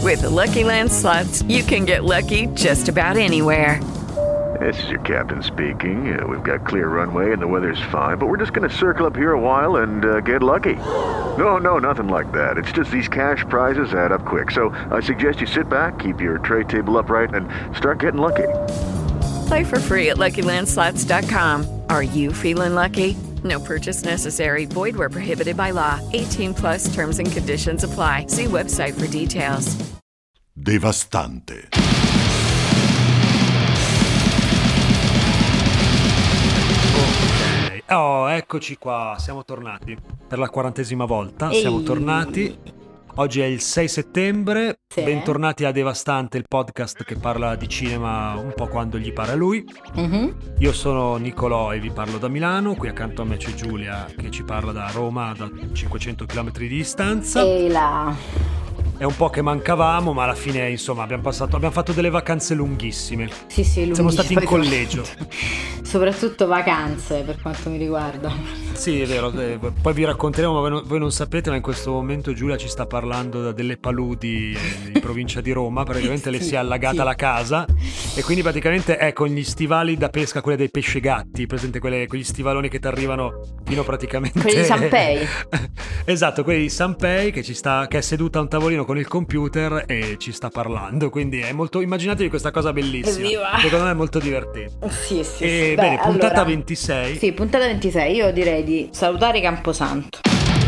With the Lucky Land Slots, you can get lucky just about anywhere. This is your captain speaking. We've got clear runway and the weather's fine, but we're just going to circle up here a while and get lucky. No, nothing like that. It's just these cash prizes add up quick. So I suggest you sit back, keep your tray table upright, and start getting lucky. Play for free at LuckyLandSlots.com. Are you feeling lucky? No purchase necessary. Void where prohibited by law. 18 plus terms and conditions apply. See website for details. Devastante. Oh, eccoci qua, siamo tornati per la 40ª volta. Siamo tornati. Oggi è il 6 settembre. Sì. Bentornati a Devastante, il podcast che parla di cinema un po' quando gli pare a lui. Io sono Nicolò e vi parlo da Milano. Qui accanto a me c'è Giulia che ci parla da Roma, da 500 km di distanza. E là. È un po' che mancavamo, ma alla fine, insomma, abbiamo fatto delle vacanze lunghissime. Sì, Siamo stati in collegio. Soprattutto vacanze, per quanto mi riguarda. Sì, è vero, poi vi racconteremo, ma voi non sapete, ma in questo momento Giulia ci sta parlando delle paludi in provincia di Roma, praticamente le si è allagata la casa e quindi praticamente è con gli stivali da pesca, quelle dei pescegatti, presente quegli stivaloni che ti arrivano fino praticamente... Quelli di Sanpei. Esatto, quelli di Sanpei che è seduta a un tavolino con il computer e ci sta parlando, quindi è molto, immaginatevi questa cosa bellissima. Evviva. Secondo me è molto divertente. Sì. E bene, puntata 26. Sì, puntata 26, io direi di salutare Camposanto.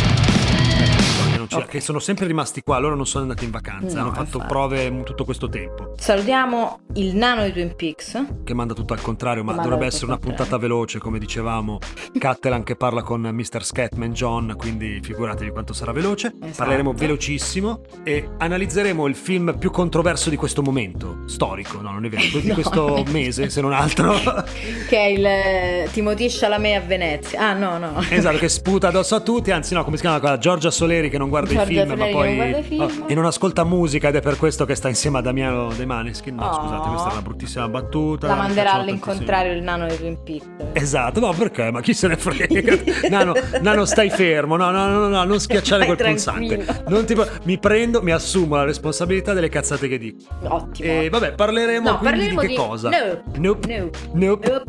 Che sono sempre rimasti qua, loro non sono andati in vacanza, No, hanno fatto infatti. prove tutto questo tempo. Salutiamo il nano di Twin Peaks. Che manda tutto al contrario, ma Manda dovrebbe tutto essere al una puntata veloce, come dicevamo. Catalan che parla con Mr. Scatman John, quindi figuratevi quanto sarà veloce. Esatto. Parleremo velocissimo e analizzeremo il film più controverso di questo momento storico, no, non è vero, di questo mese, se non altro. Che è il Timothée Chalamet a Venezia. Ah, no. Esatto, che sputa addosso a tutti, anzi no, come si chiama quella? Giorgia Soleri che non guarda i film, ma poi e non ascolta musica ed è per questo che sta insieme a Damiano De Maneskin. No, scusate, questa è una bruttissima battuta. La manderà Facciamo all'incontrario il nano di Twin Peaks. Esatto, ma perché? Ma chi se ne frega? Nano, stai fermo, no, non schiacciare quel pulsante. Mi assumo la responsabilità delle cazzate che dico. Ottimo. E vabbè, parleremo quindi di che cosa? Nope.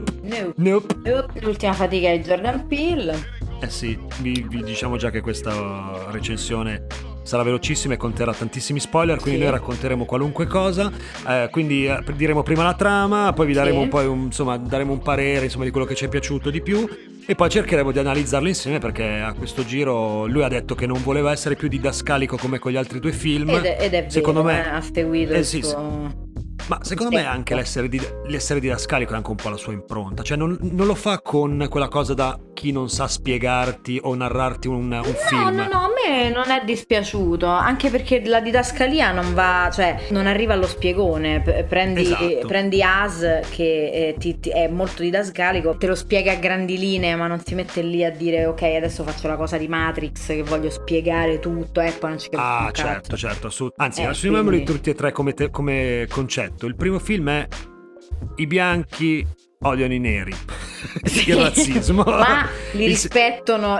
L'ultima fatica di Jordan Peele. Eh sì, vi diciamo già che questa recensione sarà velocissima e conterrà tantissimi spoiler, quindi noi racconteremo qualunque cosa, quindi diremo prima la trama, poi vi daremo daremo un parere insomma di quello che ci è piaciuto di più e poi cercheremo di analizzarlo insieme, perché a questo giro lui ha detto che non voleva essere più didascalico come con gli altri due film. Ed è vero, secondo me ha seguito il sì. suo... Ma secondo me anche l'essere didascalico è anche un po' la sua impronta, cioè non lo fa con quella cosa da chi non sa spiegarti o narrarti un film. No, a me non è dispiaciuto, anche perché la didascalia non va, cioè non arriva allo spiegone. Prendi As che è molto didascalico, te lo spiega a grandi linee, ma non si mette lì a dire ok, adesso faccio la cosa di Matrix che voglio spiegare tutto, ecco, non ci capisco. Certo, anzi, assumiamoli tutti e tre come concetto. Il primo film è i bianchi odiano i neri. Il razzismo. Ma li rispettano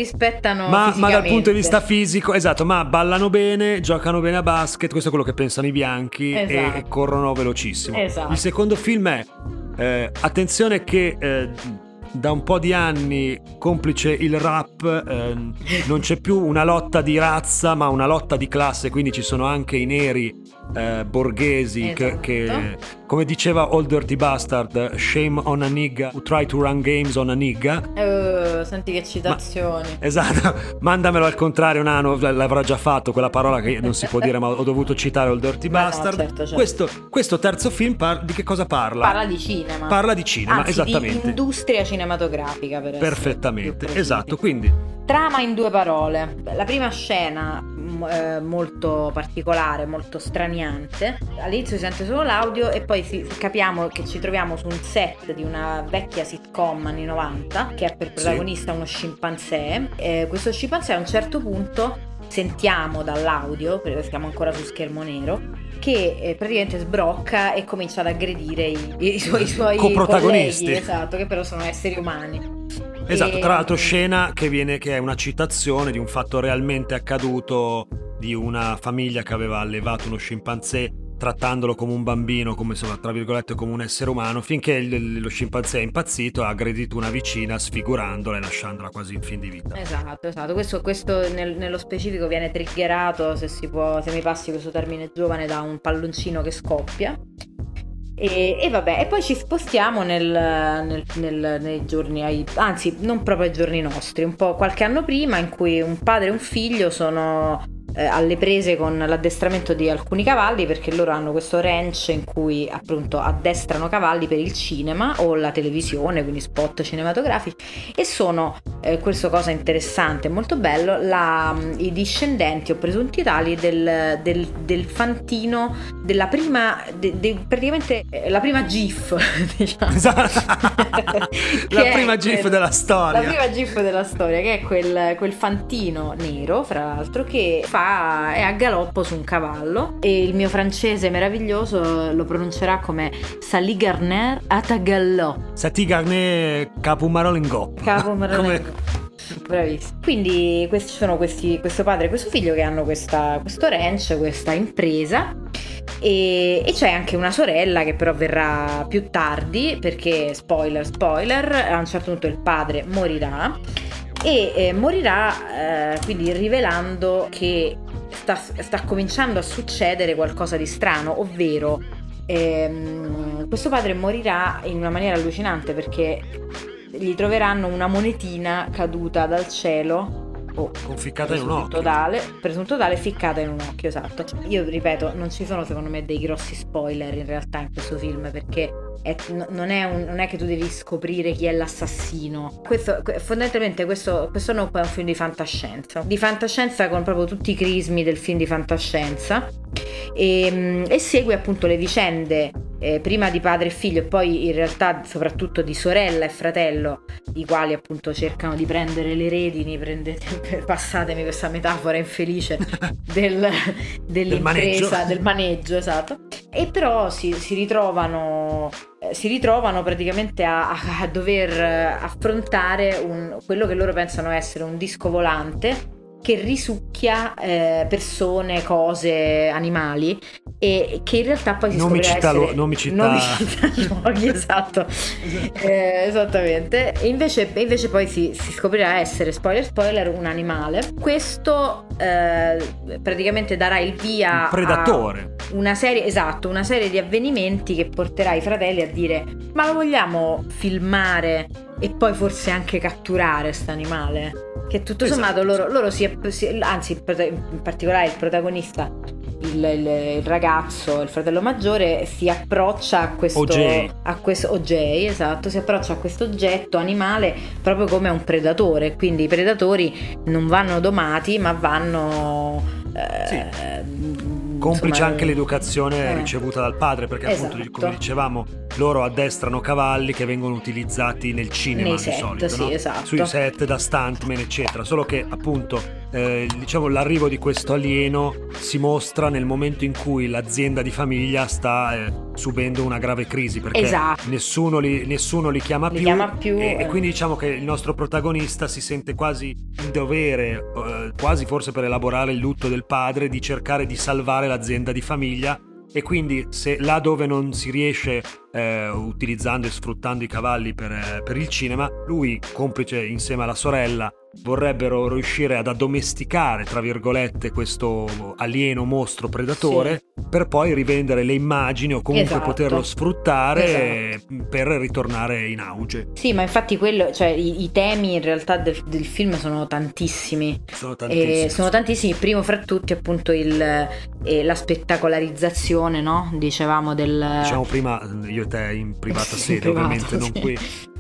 ma dal punto di vista fisicamente. fisico, esatto, ma ballano bene, giocano bene a basket, questo è quello che pensano i bianchi, esatto. e corrono velocissimo. Esatto. Il secondo film è attenzione che da un po' di anni, complice il rap, non c'è più una lotta di razza ma una lotta di classe, quindi ci sono anche i neri borghesi, esatto. che come diceva Old Dirty Bastard, shame on a nigga who try to run games on a nigga. Senti che citazioni. Esatto, mandamelo al contrario, Nano, l'avrà già fatto quella parola che non si può dire, ma ho dovuto citare Old Dirty Bastard. No, certo. Questo terzo film di che cosa parla? Parla di cinema, anzi, esattamente. di industria cinematografica, per essere perfettamente, più esatto, quindi trama in 2 parole. La prima scena molto particolare, molto straniante. All'inizio si sente solo l'audio e poi capiamo che ci troviamo su un set di una vecchia sitcom anni 90 che ha per protagonista uno scimpanzé. Questo scimpanzé a un certo punto sentiamo dall'audio, perché siamo ancora su schermo nero, che praticamente sbrocca e comincia ad aggredire i suoi coprotagonisti, colleghi, esatto, che però sono esseri umani. Esatto, tra l'altro scena che è una citazione di un fatto realmente accaduto di una famiglia che aveva allevato uno scimpanzé trattandolo come un bambino, come insomma, tra virgolette come un essere umano, finché lo scimpanzé è impazzito e ha aggredito una vicina sfigurandola e lasciandola quasi in fin di vita. Esatto. Questo nello specifico viene triggerato, se mi passi questo termine giovane, da un palloncino che scoppia. E vabbè, e poi ci spostiamo nei giorni, anzi non proprio ai giorni nostri, un po' qualche anno prima, in cui un padre e un figlio sono alle prese con l'addestramento di alcuni cavalli, perché loro hanno questo ranch in cui appunto addestrano cavalli per il cinema o la televisione, quindi spot cinematografici, e sono questo cosa interessante, molto bello, i discendenti o presunti tali del fantino della prima praticamente la prima GIF, diciamo. La prima GIF della storia. La prima GIF della storia, che è quel fantino nero, fra l'altro, che è a galoppo su un cavallo, e il mio francese meraviglioso lo pronuncerà come Sali Garner Atagallò. Sati Garner Capumarolingop. Bravissimo. Quindi questo padre e questo figlio che hanno questo ranch, questa impresa, e c'è anche una sorella che però verrà più tardi, perché spoiler, a un certo punto il padre morirà, e morirà quindi rivelando che sta cominciando a succedere qualcosa di strano, ovvero questo padre morirà in una maniera allucinante, perché gli troveranno una monetina caduta dal cielo, conficcata in un occhio, presunto tale, ficcata in un occhio, esatto. Io ripeto, non ci sono secondo me dei grossi spoiler in realtà in questo film, perché non è che tu devi scoprire chi è l'assassino. Fondamentalmente questo non è un film di fantascienza con proprio tutti i crismi del film di fantascienza, e segue appunto le vicende prima di padre e figlio, e poi in realtà soprattutto di sorella e fratello, i quali appunto cercano di prendere le redini, passatemi questa metafora infelice dell'impresa, del maneggio, esatto. E però si ritrovano praticamente a dover affrontare quello che loro pensano essere un disco volante che risucchia persone, cose, animali, e che in realtà poi si scoprirà essere non mi cita luoghi, esatto. Esattamente. E invece poi si scoprirà essere, spoiler, un animale. Questo praticamente darà il via un predatore, a una serie di avvenimenti che porterà i fratelli a dire: ma lo vogliamo filmare e poi forse anche catturare questo animale? Che tutto sommato loro anzi in particolare il protagonista, il ragazzo, il fratello maggiore, si approccia a questo OJ, esatto, si approccia a questo oggetto animale proprio come a un predatore. Quindi i predatori non vanno domati, ma vanno complice anche l'educazione ricevuta dal padre, perché appunto, come dicevamo, loro addestrano cavalli che vengono utilizzati nel cinema di solito, sì, no? esatto. Sui set da stuntman eccetera, solo che appunto diciamo l'arrivo di questo alieno si mostra nel momento in cui l'azienda di famiglia sta subendo una grave crisi, perché nessuno li chiama più, e quindi diciamo che il nostro protagonista si sente quasi in dovere, quasi forse per elaborare il lutto del padre, di cercare di salvare l'azienda di famiglia. E quindi se là dove non si riesce utilizzando e sfruttando i cavalli per il cinema, lui, complice insieme alla sorella, vorrebbero riuscire ad addomesticare, tra virgolette, questo alieno mostro predatore, per poi rivendere le immagini o comunque poterlo sfruttare per ritornare in auge. Sì, ma infatti i temi in realtà del film sono tantissimi. Sono tantissimi. Primo fra tutti appunto la spettacolarizzazione, no? Dicevamo prima io e te in privata sede, ovviamente non qui.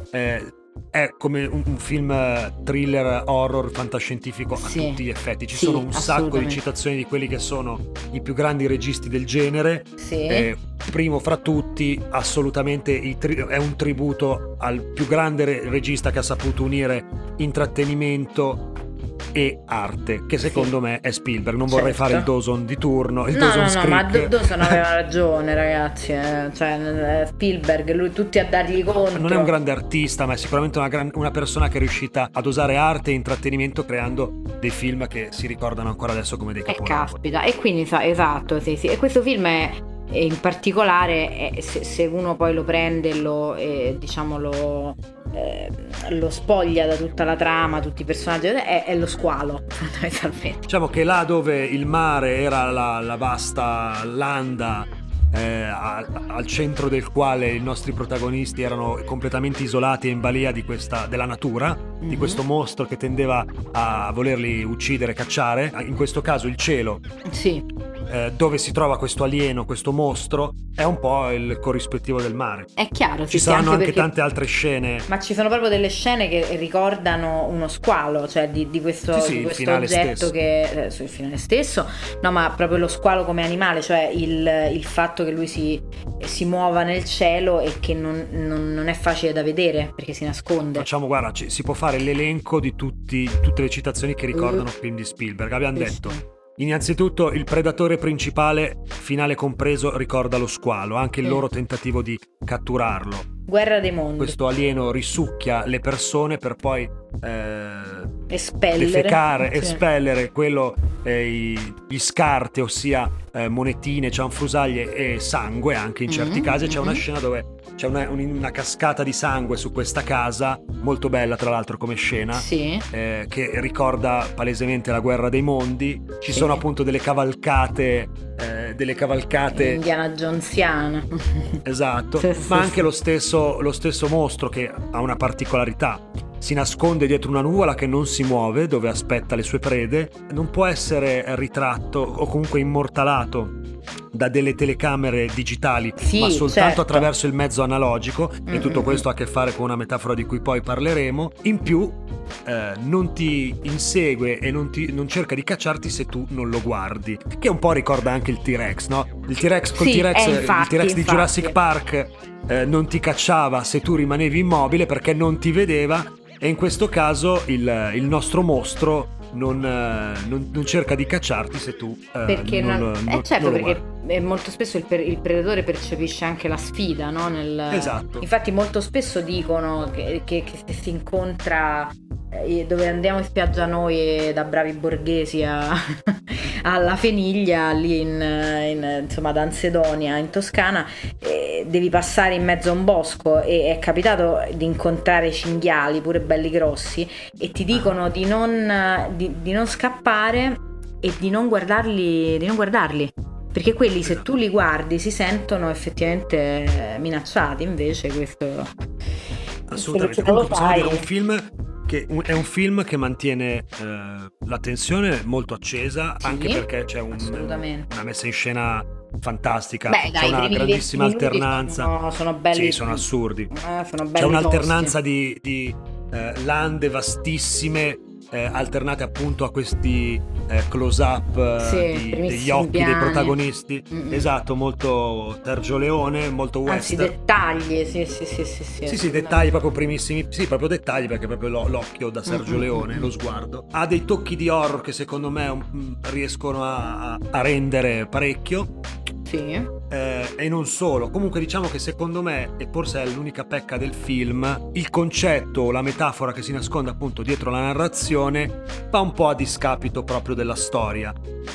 È come un film thriller horror fantascientifico a tutti gli effetti. Ci sono un sacco di citazioni di quelli che sono i più grandi registi del genere. Primo fra tutti, assolutamente è un tributo al più grande regista che ha saputo unire intrattenimento e arte, che secondo me è Spielberg. Non vorrei Certo. fare il Dawson di turno, il No, Dawson no, Creek. ma Dawson aveva ragione, ragazzi. Cioè, Spielberg, lui tutti a dargli contro. Non è un grande artista, ma è sicuramente una persona che è riuscita ad usare arte e intrattenimento creando dei film che si ricordano ancora adesso come dei capolavori. Caspita, e quindi esatto, sì. E questo film è in particolare, se uno poi lo prende e lo spoglia da tutta la trama, tutti i personaggi, è lo squalo, fondamentalmente. Diciamo che là dove il mare era la vasta landa, al centro del quale i nostri protagonisti erano completamente isolati e in balia della natura, di questo mostro che tendeva a volerli uccidere, cacciare, in questo caso il cielo, Sì. dove si trova questo alieno, questo mostro, è un po' il corrispettivo del mare. È chiaro, Ci sì, saranno anche perché... tante altre scene. Ma ci sono proprio delle scene che ricordano uno squalo, cioè di questo, Sì, di il questo finale oggetto stesso. che sul finale stesso, no, ma proprio lo squalo come animale, cioè il fatto che lui si muova nel cielo e che non è facile da vedere perché si nasconde. Facciamo, guarda, si può fare l'elenco di tutte le citazioni che ricordano film di Spielberg. Abbiamo detto, innanzitutto, il predatore principale, finale compreso, ricorda lo squalo, anche il loro tentativo di catturarlo. Guerra dei mondi. Questo alieno risucchia le persone per poi espellere, defecare, sì. espellere gli scarti, ossia monetine, cianfrusaglie e sangue anche in certi casi. C'è una scena dove c'è una cascata di sangue su questa casa, molto bella tra l'altro come scena, Sì. che ricorda palesemente la guerra dei mondi. Ci sono appunto delle cavalcate Indiana Jonesiana. esatto, Sì, sì, ma anche sì. lo stesso mostro, che ha una particolarità: si nasconde dietro una nuvola che non si muove, dove aspetta le sue prede. Non può essere ritratto o comunque immortalato da delle telecamere digitali, Sì, ma soltanto certo. attraverso il mezzo analogico, e tutto questo ha a che fare con una metafora di cui poi parleremo. In più non ti insegue e non cerca di cacciarti se tu non lo guardi, che un po' ricorda anche il T-Rex, no? Il T-Rex col Sì, T-Rex, infatti, il T-Rex di infatti. Jurassic Park non ti cacciava se tu rimanevi immobile perché non ti vedeva, e in questo caso il nostro mostro non cerca di cacciarti se tu Perché certo, non lo perché guardi. molto spesso il predatore percepisce anche la sfida, no? Esatto. Infatti molto spesso dicono che se si incontra dove andiamo in spiaggia noi da bravi borghesi alla Feniglia, lì insomma ad Ansedonia in Toscana, devi passare in mezzo a un bosco e è capitato di incontrare cinghiali pure belli grossi e ti dicono di non scappare e di non guardarli, perché quelli, se tu li guardi, si sentono effettivamente minacciati. Invece questo Assolutamente. se non lo Comunque possiamo fai- dire è un film che mantiene l'attenzione molto accesa, Sì, anche perché c'è assolutamente. una messa in scena fantastica. Beh, dai, c'è i una primi grandissima 20 minuti alternanza. sono belli. Sì, sono assurdi. Sono belli C'è un'alternanza tosti. di lande vastissime, alternate appunto a questi close-up Sì, degli primissimi occhi dei piani. protagonisti. Mm-mm. Esatto, molto Sergio Leone, molto Anzi, western. dettagli, sì. Sì, dettagli proprio primissimi. Sì, proprio dettagli, perché proprio l'occhio da Sergio Leone, lo sguardo. Ha dei tocchi di horror che secondo me riescono a rendere parecchio. Sì. E non solo. Comunque diciamo che secondo me, e forse è l'unica pecca del film, il concetto o la metafora che si nasconde appunto dietro la narrazione va un po' a discapito proprio della storia.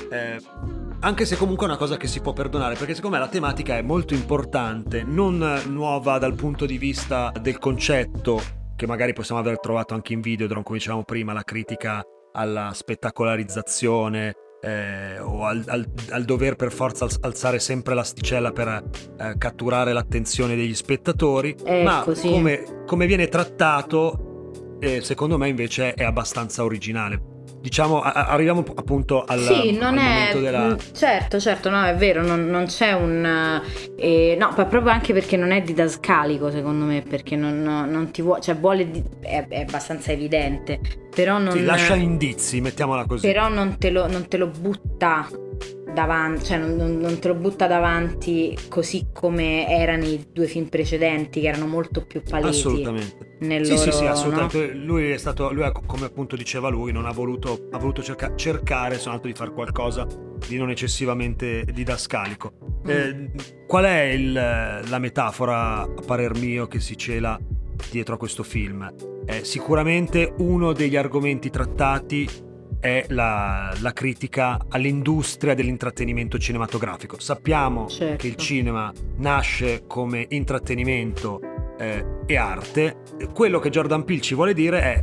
Anche se comunque è una cosa che si può perdonare, perché secondo me la tematica è molto importante, non nuova dal punto di vista del concetto, che magari possiamo aver trovato anche in Videodrome, come dicevamo prima, la critica alla spettacolarizzazione, o al dover per forza alzare sempre l'asticella per catturare l'attenzione degli spettatori, ma così. come viene trattato, secondo me invece è abbastanza originale. Diciamo, arriviamo appunto al momento della... Certo, no, è vero, non c'è un... no, proprio anche perché non è didascalico, secondo me, perché non ti vuole... Cioè, è abbastanza evidente, però non... Sì, lascia indizi, mettiamola così. Però non te lo butta davanti, cioè non te lo butta davanti così come era nei due film precedenti, che erano molto più palesi. Assolutamente. nel Sì, loro, sì, assolutamente. no? Lui, come appunto diceva lui, non ha voluto cercare soltanto di fare qualcosa di non eccessivamente didascalico. Qual è la metafora, a parer mio, che si cela dietro a questo film? Sicuramente uno degli argomenti trattati è la critica all'industria dell'intrattenimento cinematografico. Sappiamo Certo. che il cinema nasce come intrattenimento e arte. Quello che Jordan Peele ci vuole dire è,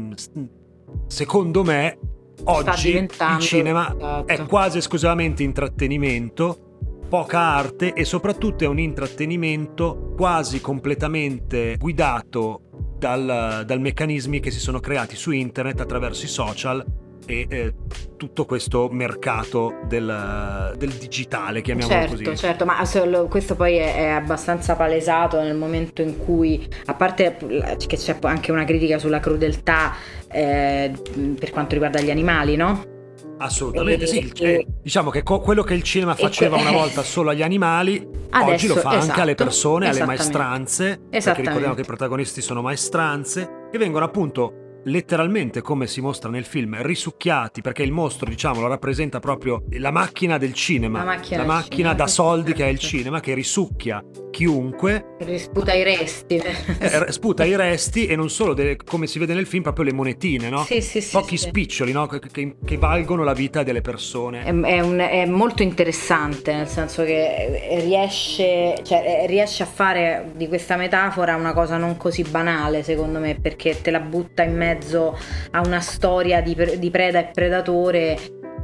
secondo me, oggi il cinema esatto, è quasi esclusivamente intrattenimento, poca arte, e soprattutto è un intrattenimento quasi completamente guidato dal meccanismi che si sono creati su internet attraverso i social e tutto questo mercato del digitale, chiamiamolo così. Certo, ma questo poi è abbastanza palesato nel momento in cui, a parte che c'è anche una critica sulla crudeltà per quanto riguarda gli animali, no? Assolutamente sì, diciamo che quello che il cinema faceva una volta solo agli animali, oggi lo fa anche alle persone, alle maestranze, perché ricordiamo che i protagonisti sono maestranze, e vengono appunto letteralmente, come si mostra nel film, risucchiati, perché il mostro, diciamo, lo rappresenta proprio la macchina del cinema, la macchina da soldi che è il cinema, che risucchia chiunque, sputa i resti sputa i resti, e non solo, come si vede nel film, proprio le monetine, no? Pochi spiccioli, no? Che valgono la vita delle persone. È molto interessante, nel senso che riesce a fare di questa metafora una cosa non così banale, secondo me, perché te la butta in mezzo a una storia di preda e predatore,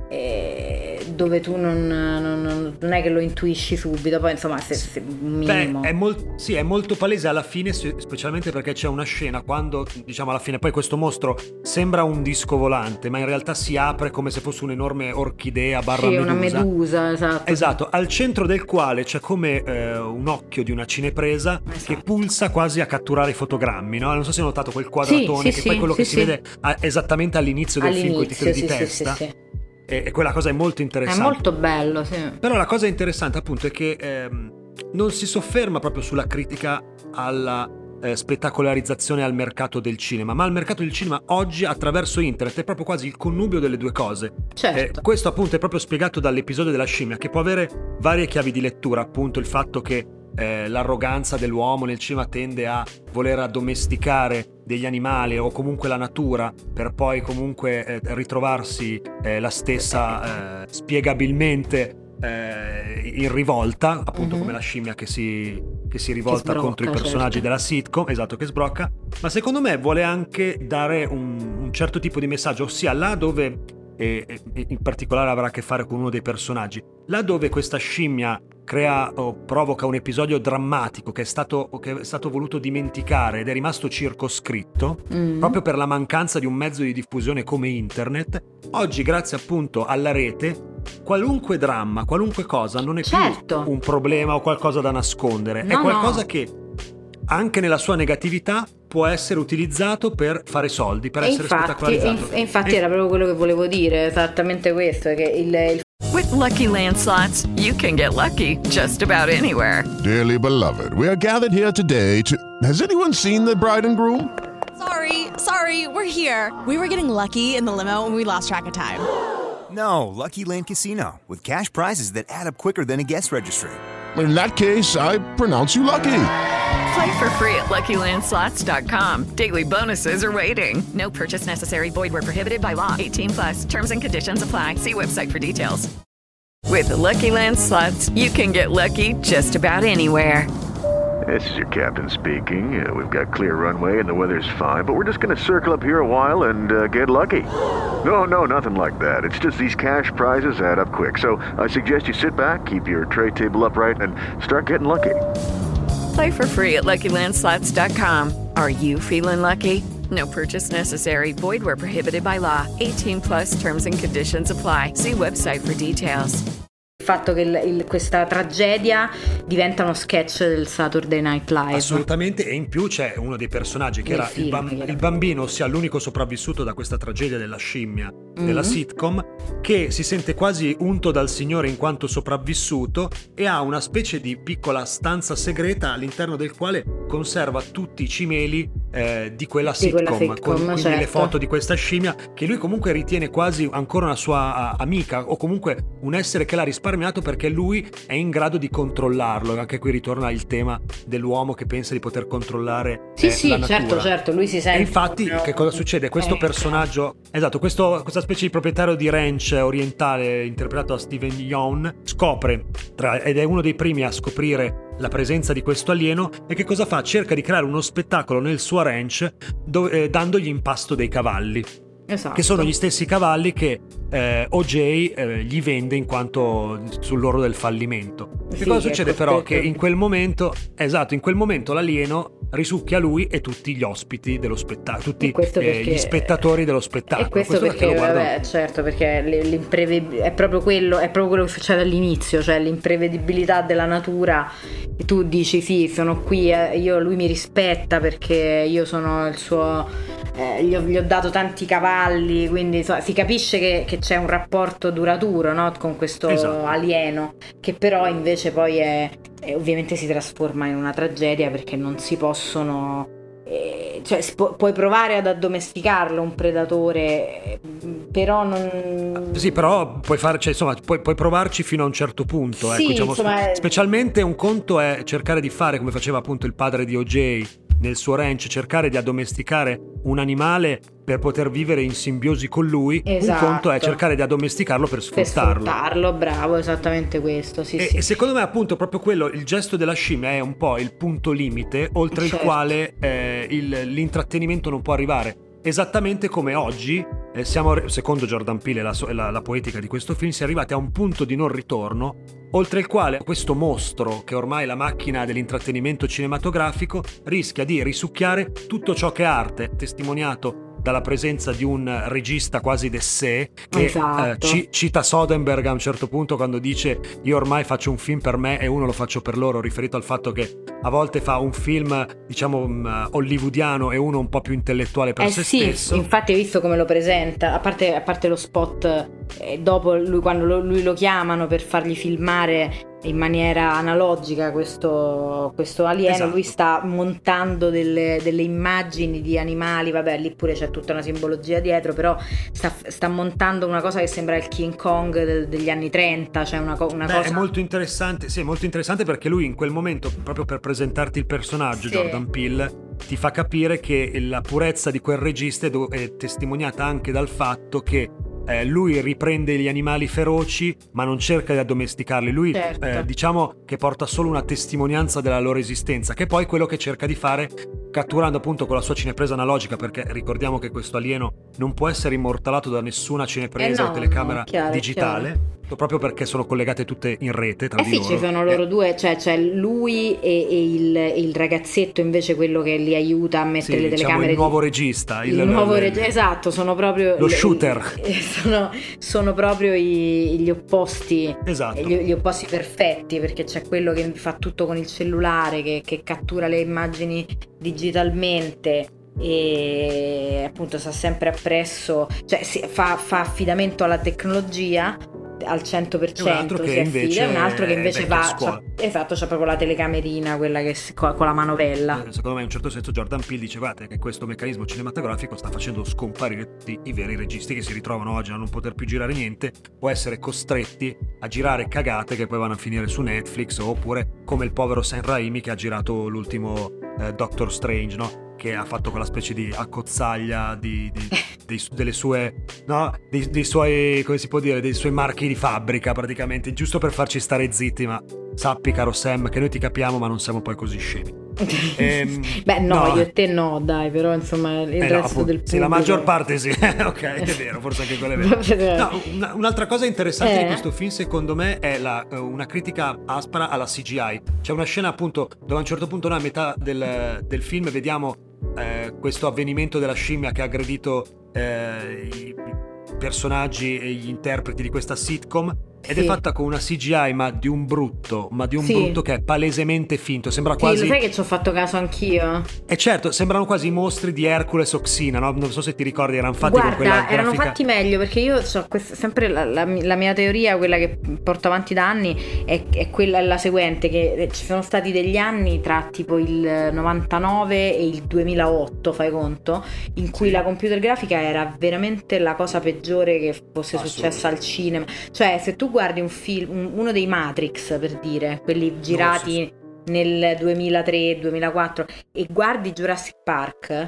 dove tu non è che lo intuisci subito, poi insomma se un minimo. È molto palese alla fine, specialmente perché c'è una scena quando, diciamo, alla fine poi questo mostro sembra un disco volante, ma in realtà si apre come se fosse un'enorme orchidea / medusa. Una medusa, esatto, al centro del quale c'è come un occhio di una cinepresa, che pulsa quasi a catturare i fotogrammi, no? Non so se hai notato quel quadratone, poi quello che si vede esattamente all'inizio del film con i titoli di testa. E quella cosa è molto interessante. È molto bello, sì. Però la cosa interessante appunto è che non si sofferma proprio sulla critica alla spettacolarizzazione al mercato del cinema, ma al mercato del cinema oggi attraverso internet. È proprio quasi il connubio delle due cose. Certo. Questo appunto è proprio spiegato dall'episodio della scimmia, che può avere varie chiavi di lettura, appunto il fatto che l'arroganza dell'uomo nel cinema tende a voler addomesticare degli animali o comunque la natura, per poi comunque ritrovarsi la stessa spiegabilmente in rivolta, appunto come la scimmia che si rivolta contro i personaggi della sitcom, esatto, che sbrocca. Ma secondo me vuole anche dare un certo tipo di messaggio, ossia là dove, e in particolare avrà a che fare con uno dei personaggi, là dove questa scimmia crea o provoca un episodio drammatico che è stato voluto dimenticare ed è rimasto circoscritto proprio per la mancanza di un mezzo di diffusione come internet. Oggi, grazie appunto alla rete, qualunque dramma, qualunque cosa non è più un problema o qualcosa da nascondere, è qualcosa che anche nella sua negatività può essere utilizzato per fare soldi, per essere spettacolarizzato. E infatti era proprio quello che volevo dire, esattamente questo, che il With Lucky Land Slots, you can get lucky just about anywhere. Dearly beloved, we are gathered here today to... Has anyone seen the bride and groom? Sorry, we're here. We were getting lucky in the limo and we lost track of time. No, Lucky Land Casino, with cash prizes that add up quicker than a guest registry. In that case, I pronounce you lucky. Play for free at LuckyLandSlots.com. Daily bonuses are waiting. No purchase necessary. Void where prohibited by law. 18+. Terms and conditions apply. See website for details. With the Lucky Land Slots, you can get lucky just about anywhere. This is your captain speaking. We've got clear runway and the weather's fine, but we're just going to circle up here a while and get lucky. No, nothing like that. It's just these cash prizes add up quick. So I suggest you sit back, keep your tray table upright, and start getting lucky. Play for free at LuckyLandSlots.com. Are you feeling lucky? No purchase necessary. Void where prohibited by law. 18+ terms and conditions apply. See website for details. Il fatto che questa tragedia diventa uno sketch del Saturday Night Live. Assolutamente, e in più c'è uno dei personaggi che era il bambino, ossia l'unico sopravvissuto da questa tragedia della scimmia, della sitcom, che si sente quasi unto dal Signore in quanto sopravvissuto e ha una specie di piccola stanza segreta all'interno del quale conserva tutti i cimeli di quella sitcom, quindi certo. le foto di questa scimmia che lui comunque ritiene quasi ancora una sua amica, o comunque un essere che l'ha risparmiato perché lui è in grado di controllarlo. Anche qui ritorna il tema dell'uomo che pensa di poter controllare la natura. certo, lui si sente. E infatti che cosa succede? Questo personaggio, esatto, questa specie di proprietario di ranch orientale interpretato da Steven Yeun scopre ed è uno dei primi a scoprire la presenza di questo alieno, e che cosa fa? Cerca di creare uno spettacolo nel suo ranch dandogli in pasto dei cavalli. Esatto. Che sono gli stessi cavalli che O.J. Gli vende in quanto sull'orlo del fallimento. Che cosa succede però? Che in quel momento l'alieno risucchia lui e tutti gli ospiti dello spettacolo, tutti gli spettatori dello spettacolo. E questo perché certo, perché è proprio quello che succede all'inizio, cioè l'imprevedibilità della natura. E tu dici sì, sono qui, lui mi rispetta perché io sono il suo, gli ho dato tanti cavalli, quindi si capisce che c'è un rapporto duraturo, no, con questo alieno, che però invece poi ovviamente si trasforma in una tragedia, perché non si possono puoi provare ad addomesticarlo un predatore, però non... Sì, però puoi fare, puoi provarci fino a un certo punto, sì, specialmente un conto è cercare di fare come faceva appunto il padre di O.J. nel suo ranch, cercare di addomesticare un animale per poter vivere in simbiosi con lui. Esatto. Un conto è cercare di addomesticarlo per sfruttarlo. Bravo, esattamente questo, sì. E secondo me appunto proprio quello, il gesto della scimmia è un po' il punto limite oltre il quale l'intrattenimento non può arrivare. Esattamente come oggi siamo, secondo Jordan Peele e la poetica di questo film, si è arrivati a un punto di non ritorno oltre il quale questo mostro, che ormai è la macchina dell'intrattenimento cinematografico, rischia di risucchiare tutto ciò che è arte, testimoniato dalla presenza di un regista quasi d'essè che cita Soderbergh a un certo punto quando dice: io ormai faccio un film per me e uno lo faccio per loro, riferito al fatto che a volte fa un film hollywoodiano e uno un po' più intellettuale per se stesso. Infatti hai visto come lo presenta, a parte lo spot dopo quando lui lo chiamano per fargli filmare in maniera analogica questo alieno. Esatto. Lui sta montando delle immagini di animali, vabbè, lì pure c'è tutta una simbologia dietro, però sta montando una cosa che sembra il King Kong degli anni 30, cioè una cosa... È molto interessante, sì, è molto interessante perché lui in quel momento, proprio per presentarti il personaggio, Jordan Peele ti fa capire che la purezza di quel regista è testimoniata anche dal fatto che lui riprende gli animali feroci ma non cerca di addomesticarli, lui diciamo che porta solo una testimonianza della loro esistenza, che è poi quello che cerca di fare catturando appunto con la sua cinepresa analogica, perché ricordiamo che questo alieno non può essere immortalato da nessuna cinepresa o telecamera digitale. Proprio perché sono collegate tutte in rete tra di loro. Ci sono loro due, cioè lui e il ragazzetto invece, quello che li aiuta a mettere le telecamere. Il nuovo regista. Esatto, sono proprio lo shooter. Sono proprio gli opposti. Esatto. Gli opposti perfetti, perché c'è quello che fa tutto con il cellulare, che cattura le immagini digitalmente e appunto sta sempre appresso, cioè fa affidamento alla tecnologia al 100%, un altro che invece va esatto, c'ha proprio la telecamerina, quella che con la manovella. Secondo me in un certo senso Jordan Peele dice: guardate che questo meccanismo cinematografico sta facendo scomparire tutti i veri registi che si ritrovano oggi a non poter più girare niente o essere costretti a girare cagate che poi vanno a finire su Netflix, oppure come il povero Sam Raimi che ha girato l'ultimo Doctor Strange, no? Che ha fatto quella specie di accozzaglia delle sue, no? Dei suoi, come si può dire, dei suoi marchi di fabbrica praticamente, giusto per farci stare zitti. Ma sappi, caro Sam, che noi ti capiamo ma non siamo poi così scemi. Beh no, io e te no, dai, però insomma il resto del pubblico... Sì, la maggior parte sì. Ok, è vero, forse anche quello è vero. No, un'altra cosa interessante di questo film secondo me è una critica aspra alla CGI. C'è una scena appunto dove a un certo punto, a metà del film, vediamo questo avvenimento della scimmia che ha aggredito i personaggi e gli interpreti di questa sitcom, ed è fatta con una CGI ma di un brutto che è palesemente finto, sembra quasi... Sì, lo sai che ci ho fatto caso anch'io? E certo, sembrano quasi i mostri di Hercules o Xena, no? Non so se ti ricordi, erano fatti Guarda, con quella grafica... erano fatti meglio, perché io so sempre la mia teoria, quella che porto avanti da anni, è quella la seguente, che ci sono stati degli anni tra tipo il 99 e il 2008, fai conto, in cui la computer grafica era veramente la cosa peggiore che fosse successa al cinema. Cioè, se tu guardi un film, uno dei Matrix, per dire, quelli girati nel 2003-2004, e guardi Jurassic Park,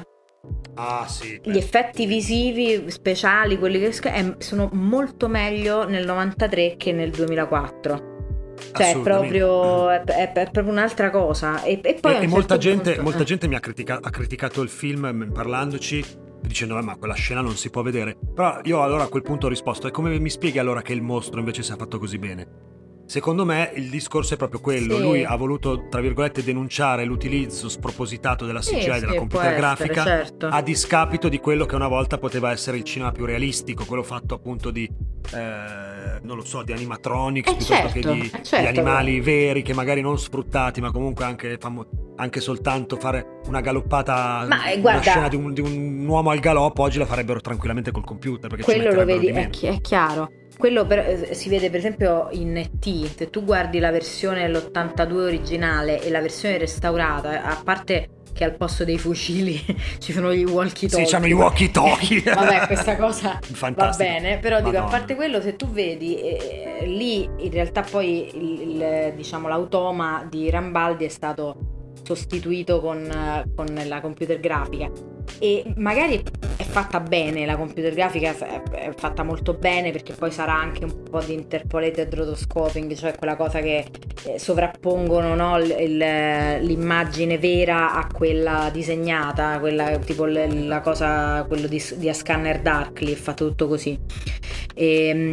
gli effetti visivi speciali, quelli che sono molto meglio nel 93 che nel 2004. Cioè è proprio un'altra cosa. E poi molta gente mi ha criticato il film parlandoci, dicendo ma quella scena non si può vedere. Però io allora a quel punto ho risposto: e come mi spieghi allora che il mostro invece sia fatto così bene? Secondo me il discorso è proprio quello. Lui ha voluto, tra virgolette, denunciare l'utilizzo spropositato della CGI, della computer grafica, certo, a discapito di quello che una volta poteva essere il cinema più realistico, quello fatto appunto di non lo so, di animatronics piuttosto che di animali veri, che magari non sfruttati, ma comunque anche soltanto fare una galoppata, una scena di un uomo al galoppo oggi la farebbero tranquillamente col computer, perché quello lo vedi, è chiaro. Quello si vede per esempio in E.T. Se tu guardi la versione dell'82 originale e la versione restaurata, a parte che al posto dei fucili ci sono gli walkie-talkie. Sì, c'hanno gli walkie-talkie. Vabbè, questa cosa va bene, però dico, Madonna. a parte quello, se tu vedi lì in realtà poi diciamo l'automa di Rambaldi è stato sostituito con la computer grafica, e magari è fatta bene, la computer grafica è fatta molto bene, perché poi sarà anche un po' di interpolated rotoscoping, cioè quella cosa che sovrappongono, no, l'immagine vera a quella disegnata, quella tipo la cosa, quello di A Scanner Darkly è fatto tutto così. E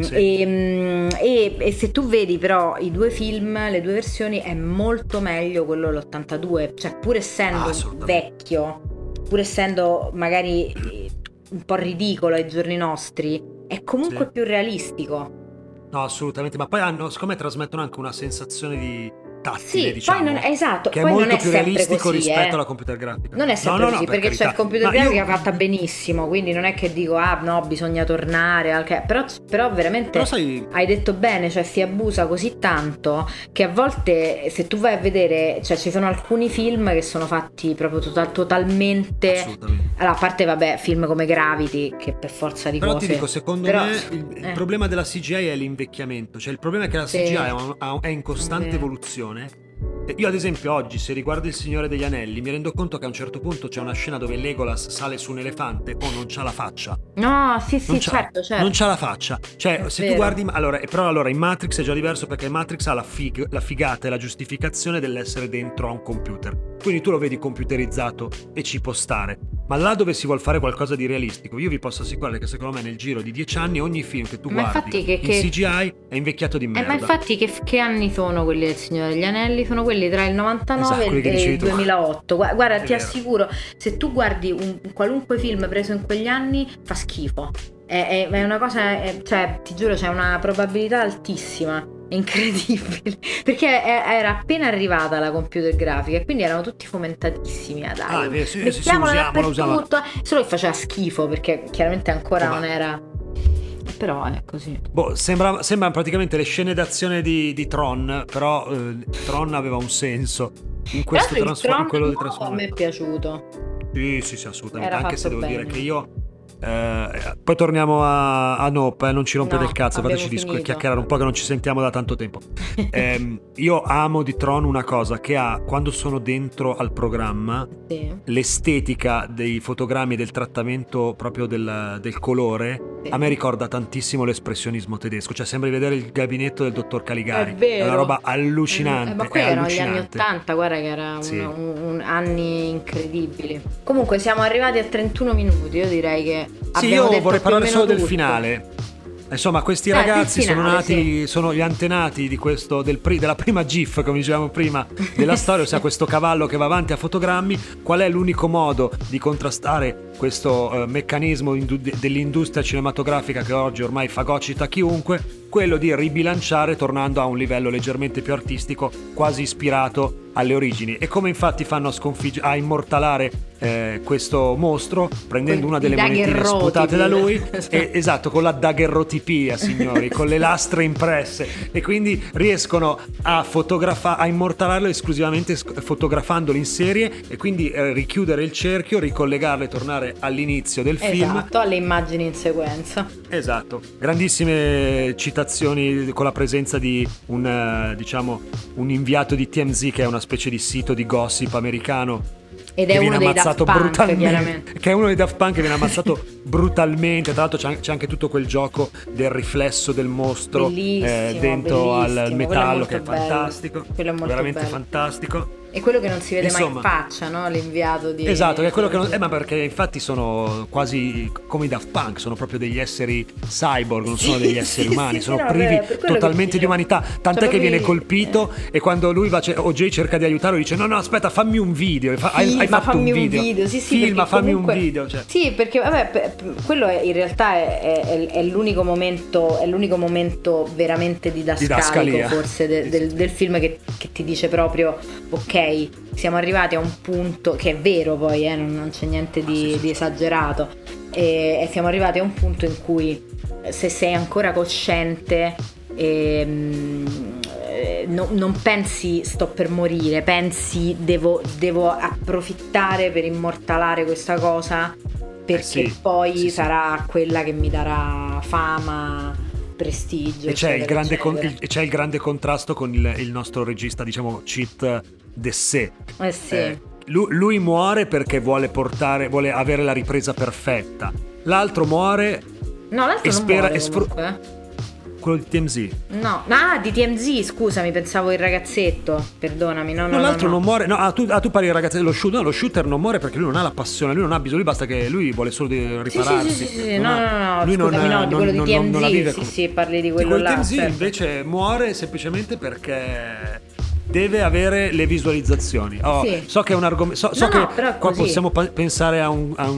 se tu vedi però i due film, le due versioni, è molto meglio quello dell'82, cioè pur essendo vecchio, pur essendo magari un po' ridicolo ai giorni nostri, è comunque più realistico. No, assolutamente, ma poi secondo me trasmettono anche una sensazione di tattile, diciamo, poi che è poi molto non è più realistico così, rispetto alla computer grafica. Non è sempre così, perché c'è il computer grafica fatta benissimo, quindi non è che dico bisogna tornare, però veramente hai detto bene, cioè si abusa così tanto che a volte, se tu vai a vedere, cioè ci sono alcuni film che sono fatti proprio totalmente, allora, a parte film come Gravity, che per forza di cose, però ti dico, secondo me il problema della CGI è l'invecchiamento, cioè il problema è che la CGI è in costante evoluzione. Io ad esempio oggi, se riguardo Il Signore degli Anelli, mi rendo conto che a un certo punto c'è una scena dove Legolas sale su un elefante, non c'ha la faccia. No, certo. Non c'ha la faccia. Cioè, se tu guardi, allora in Matrix è già diverso, perché Matrix ha la figata e la giustificazione dell'essere dentro a un computer. Quindi tu lo vedi computerizzato e ci può stare. Ma là dove si vuol fare qualcosa di realistico, io vi posso assicurare che secondo me nel giro di 10 anni ogni film che tu guardi in CGI è invecchiato di merda. Ma infatti che anni sono quelli del Signore degli Anelli? Sono quelli tra il 99 e il 2008. Guarda, ti assicuro, se tu guardi un qualunque film preso in quegli anni, fa schifo. È una cosa, cioè ti giuro, c'è una probabilità altissima, è incredibile, perché era appena arrivata la computer grafica e quindi erano tutti fomentatissimi mettiamola dappertutto, solo che faceva schifo, perché chiaramente ancora non era, però è così. Sembra praticamente le scene d'azione di Tron, però Tron aveva un senso in questo quello di Transformers. A me è piaciuto. Sì, assolutamente, anche se devo dire che io poi torniamo a Nope, non ci rompe del cazzo, fateci chiacchierare un po', che non ci sentiamo da tanto tempo. Io amo di Tron una cosa, che ha, quando sono dentro al programma, l'estetica dei fotogrammi e del trattamento proprio del colore, a me ricorda tantissimo l'espressionismo tedesco, cioè sembra di vedere il gabinetto del dottor Caligari. È una roba allucinante. Ma quelli erano gli anni 80, guarda che era anni incredibili. Comunque siamo arrivati a 31 minuti, io direi che io vorrei parlare solo del finale. Insomma, questi ragazzi sono nati, sono gli antenati di questo della prima GIF, come dicevamo prima, della storia, ossia questo cavallo che va avanti a fotogrammi. Qual è l'unico modo di contrastare questo meccanismo dell'industria cinematografica che oggi ormai fagocita chiunque? quello di ribilanciare tornando a un livello leggermente più artistico, quasi ispirato alle origini. E come infatti fanno a immortalare questo mostro prendendo una delle monetine sputate da lui, esatto, con la daguerrotipia, signori, con le lastre impresse, e quindi riescono a immortalarlo esclusivamente fotografandolo in serie, e quindi richiudere il cerchio, ricollegarle, tornare all'inizio del film. Esatto, alle immagini in sequenza. Esatto, grandissime citazioni con la presenza di un inviato di TMZ, che è una specie di sito di gossip americano, ed è uno dei Daft Punk, chiaramente. Che è uno dei Daft Punk che viene ammazzato brutalmente. Tra l'altro c'è anche tutto quel gioco del riflesso del mostro dentro al metallo, che è fantastico. Quello è molto veramente bello. Fantastico. E quello che non si vede mai in Insomma, faccia, no? L'inviato di... Esatto, che è quello che non... ma perché infatti sono quasi come i Daft Punk, sono proprio degli esseri cyborg, non sono degli esseri umani, sono privi totalmente di umanità, tant'è che viene colpito e quando lui OJ cerca di aiutarlo dice no aspetta, fammi un video, hai fatto un video. Filma, fammi un video, cioè. Sì, perché vabbè, quello in realtà è l'unico momento veramente didascalico forse del film, che ti dice proprio ok, siamo arrivati a un punto che è vero, poi non c'è niente di esagerato, e siamo arrivati a un punto in cui se sei ancora cosciente non pensi sto per morire, pensi devo approfittare per immortalare questa cosa, perché poi sarà quella che mi darà fama, prestigio, e c'è il grande contrasto con il nostro regista, diciamo, Cheat Dessé. Lui muore perché vuole avere la ripresa perfetta. L'altro muore. No, l'altro non muore comunque. Quello di TMZ. No, di TMZ, scusami, pensavo il ragazzetto. Perdonami, no. L'altro non muore. No, tu parli del ragazzetto dello shooter. No, lo shooter non muore perché lui non ha la passione, lui non ha bisogno, lui basta che lui vuole solo ripararsi. Sì. No, lui scusami, di quello di TMZ. Non la vive sì, parli di quello là. TMZ invece muore semplicemente perché deve avere le visualizzazioni. So che è un argomento. So che qua possiamo pensare a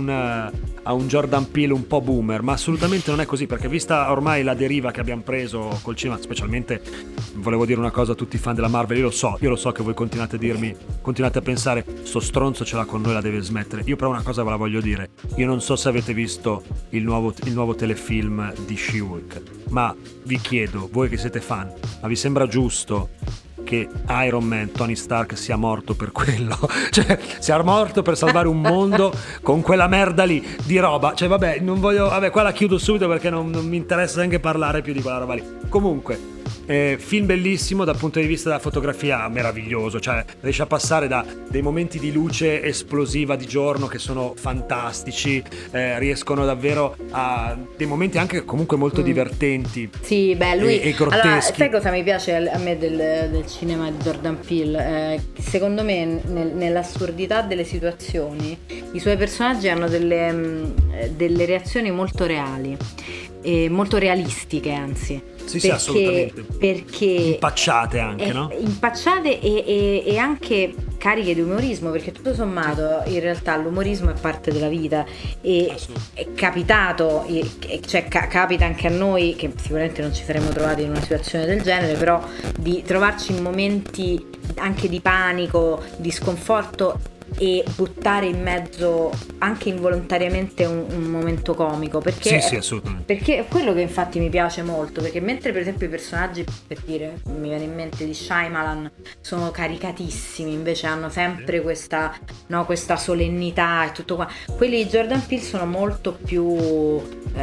un Jordan Peele un po' boomer, ma assolutamente non è così, perché vista ormai la deriva che abbiamo preso col cinema, specialmente volevo dire una cosa a tutti i fan della Marvel, io lo so che voi continuate a pensare sto stronzo ce l'ha con noi, la deve smettere. Io però una cosa ve la voglio dire, io non so se avete visto il nuovo telefilm di She-Hulk, ma vi chiedo, voi che siete fan, ma vi sembra giusto che Iron Man, Tony Stark, sia morto per quello? Cioè, sia morto per salvare un mondo con quella merda lì di roba? Cioè, vabbè, non voglio... Vabbè, qua la chiudo subito perché non mi interessa neanche parlare più di quella roba lì. Comunque, film bellissimo dal punto di vista della fotografia, meraviglioso, cioè riesce a passare da dei momenti di luce esplosiva di giorno che sono fantastici, riescono davvero a dei momenti anche comunque molto divertenti. Sì, beh, lui e grotteschi. Allora, sai cosa mi piace a me del cinema di Jordan Peele? Secondo me nell'assurdità delle situazioni i suoi personaggi hanno delle reazioni molto reali e molto realistiche, anzi. Sì, assolutamente. Perché impacciate anche, no? Impacciate e anche cariche di umorismo, perché tutto sommato in realtà l'umorismo è parte della vita e è capitato, cioè capita anche a noi, che sicuramente non ci saremmo trovati in una situazione del genere, però di trovarci in momenti anche di panico, di sconforto, e buttare in mezzo anche involontariamente un momento comico, perché sì, assolutamente. Perché è quello che infatti mi piace molto, perché mentre per esempio i personaggi, per dire, mi viene in mente di Shyamalan, sono caricatissimi, invece hanno sempre questa solennità e tutto qua, quelli di Jordan Peele sono molto più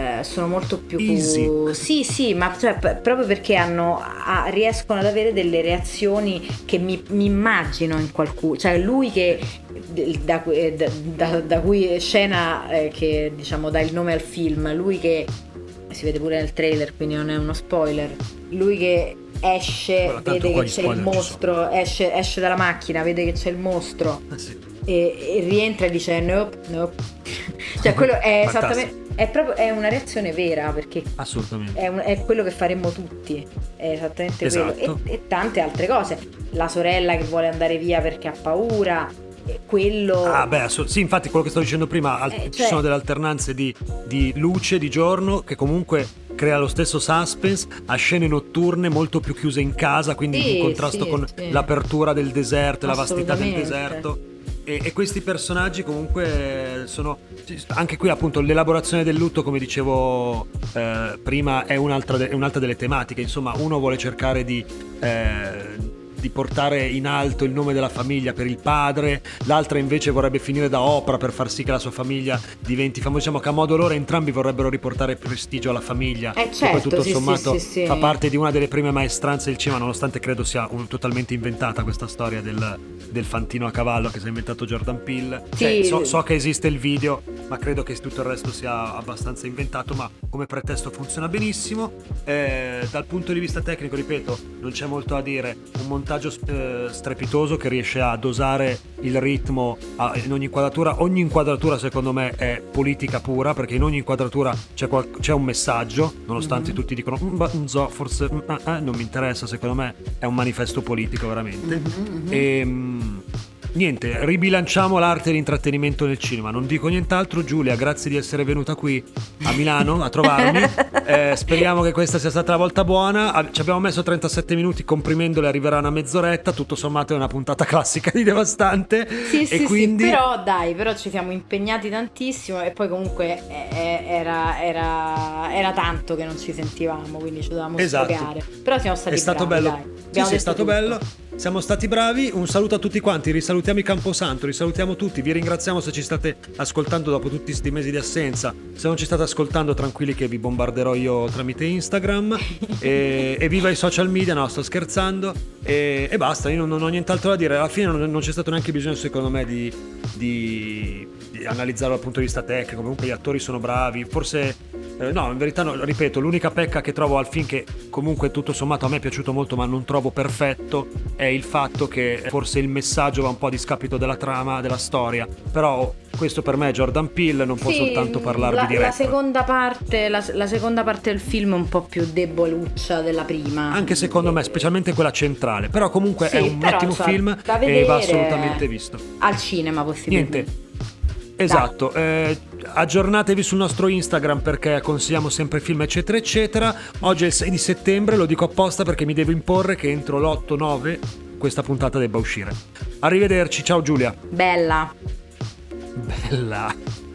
easy. Sì, ma cioè, proprio perché riescono ad avere delle reazioni che mi immagino in qualcuno, cioè lui che da cui scena che diciamo dà il nome al film, lui che si vede pure nel trailer, quindi non è uno spoiler, lui che esce, vede che c'è il mostro, esce dalla macchina, vede che c'è il mostro e rientra e dice nope. Cioè quello è esattamente, è una reazione vera, perché assolutamente è quello che faremmo tutti, è esattamente quello, e tante altre cose, la sorella che vuole andare via perché ha paura, quello... sì, infatti quello che sto dicendo prima, ci sono delle alternanze di luce di giorno che comunque crea lo stesso suspense, ha scene notturne molto più chiuse in casa, quindi in contrasto con l'apertura del deserto e la vastità del deserto. E questi personaggi comunque sono, anche qui appunto l'elaborazione del lutto, come dicevo prima, è un'altra delle tematiche. Insomma, uno vuole cercare di portare in alto il nome della famiglia per il padre, l'altra invece vorrebbe finire da Oprah per far sì che la sua famiglia diventi famosa. Diciamo che a modo loro entrambi vorrebbero riportare prestigio alla famiglia, certo, che poi tutto sommato sì. fa parte di una delle prime maestranze del cinema, nonostante credo sia totalmente inventata questa storia del fantino a cavallo che si è inventato Jordan Peele. Sì. So che esiste il video, ma credo che tutto il resto sia abbastanza inventato, ma come pretesto funziona benissimo. Dal punto di vista tecnico, ripeto, non c'è molto da dire. Un montaggio strepitoso che riesce a dosare il ritmo in ogni inquadratura. Ogni inquadratura secondo me è politica pura, perché in ogni inquadratura c'è un messaggio, nonostante tutti dicono forse non mi interessa. Secondo me è un manifesto politico veramente. Niente, ribilanciamo l'arte e l'intrattenimento nel cinema. Non dico nient'altro. Giulia, grazie di essere venuta qui a Milano a trovarmi. Speriamo che questa sia stata la volta buona. Ci abbiamo messo 37 minuti, comprimendole arriverà una mezz'oretta. Tutto sommato è una puntata classica di Devastante. Sì, quindi... però ci siamo impegnati tantissimo, e poi comunque era tanto che non ci sentivamo, quindi ci dovevamo sfogare. Però siamo stati bravi. È stato bello. Sì, è stato bello. Siamo stati bravi. Un saluto a tutti quanti. Risalutiamo i Camposanto, risalutiamo tutti. Vi ringraziamo se ci state ascoltando dopo tutti questi mesi di assenza. Se non ci state ascoltando, tranquilli che vi bombarderò io tramite Instagram. E viva i social media. No, sto scherzando. E basta, io non ho nient'altro da dire. Alla fine non c'è stato neanche bisogno, secondo me, di analizzarlo dal punto di vista tecnico. Comunque gli attori sono bravi. Forse no, in verità no, ripeto, l'unica pecca che trovo al film, che comunque tutto sommato a me è piaciuto molto ma non trovo perfetto, è il fatto che forse il messaggio va un po' a discapito della trama, della storia. Però questo per me è Jordan Peele, non può soltanto parlarvi di rap. La seconda parte del film è un po' più deboluccia della prima, anche secondo me, specialmente quella centrale. Però comunque è un ottimo film e va assolutamente visto al cinema, possibilmente. Niente. Esatto, aggiornatevi sul nostro Instagram perché consigliamo sempre film eccetera eccetera. Oggi è il 6 di settembre, lo dico apposta perché mi devo imporre che entro l'8-9 questa puntata debba uscire. Arrivederci, ciao Giulia. Bella.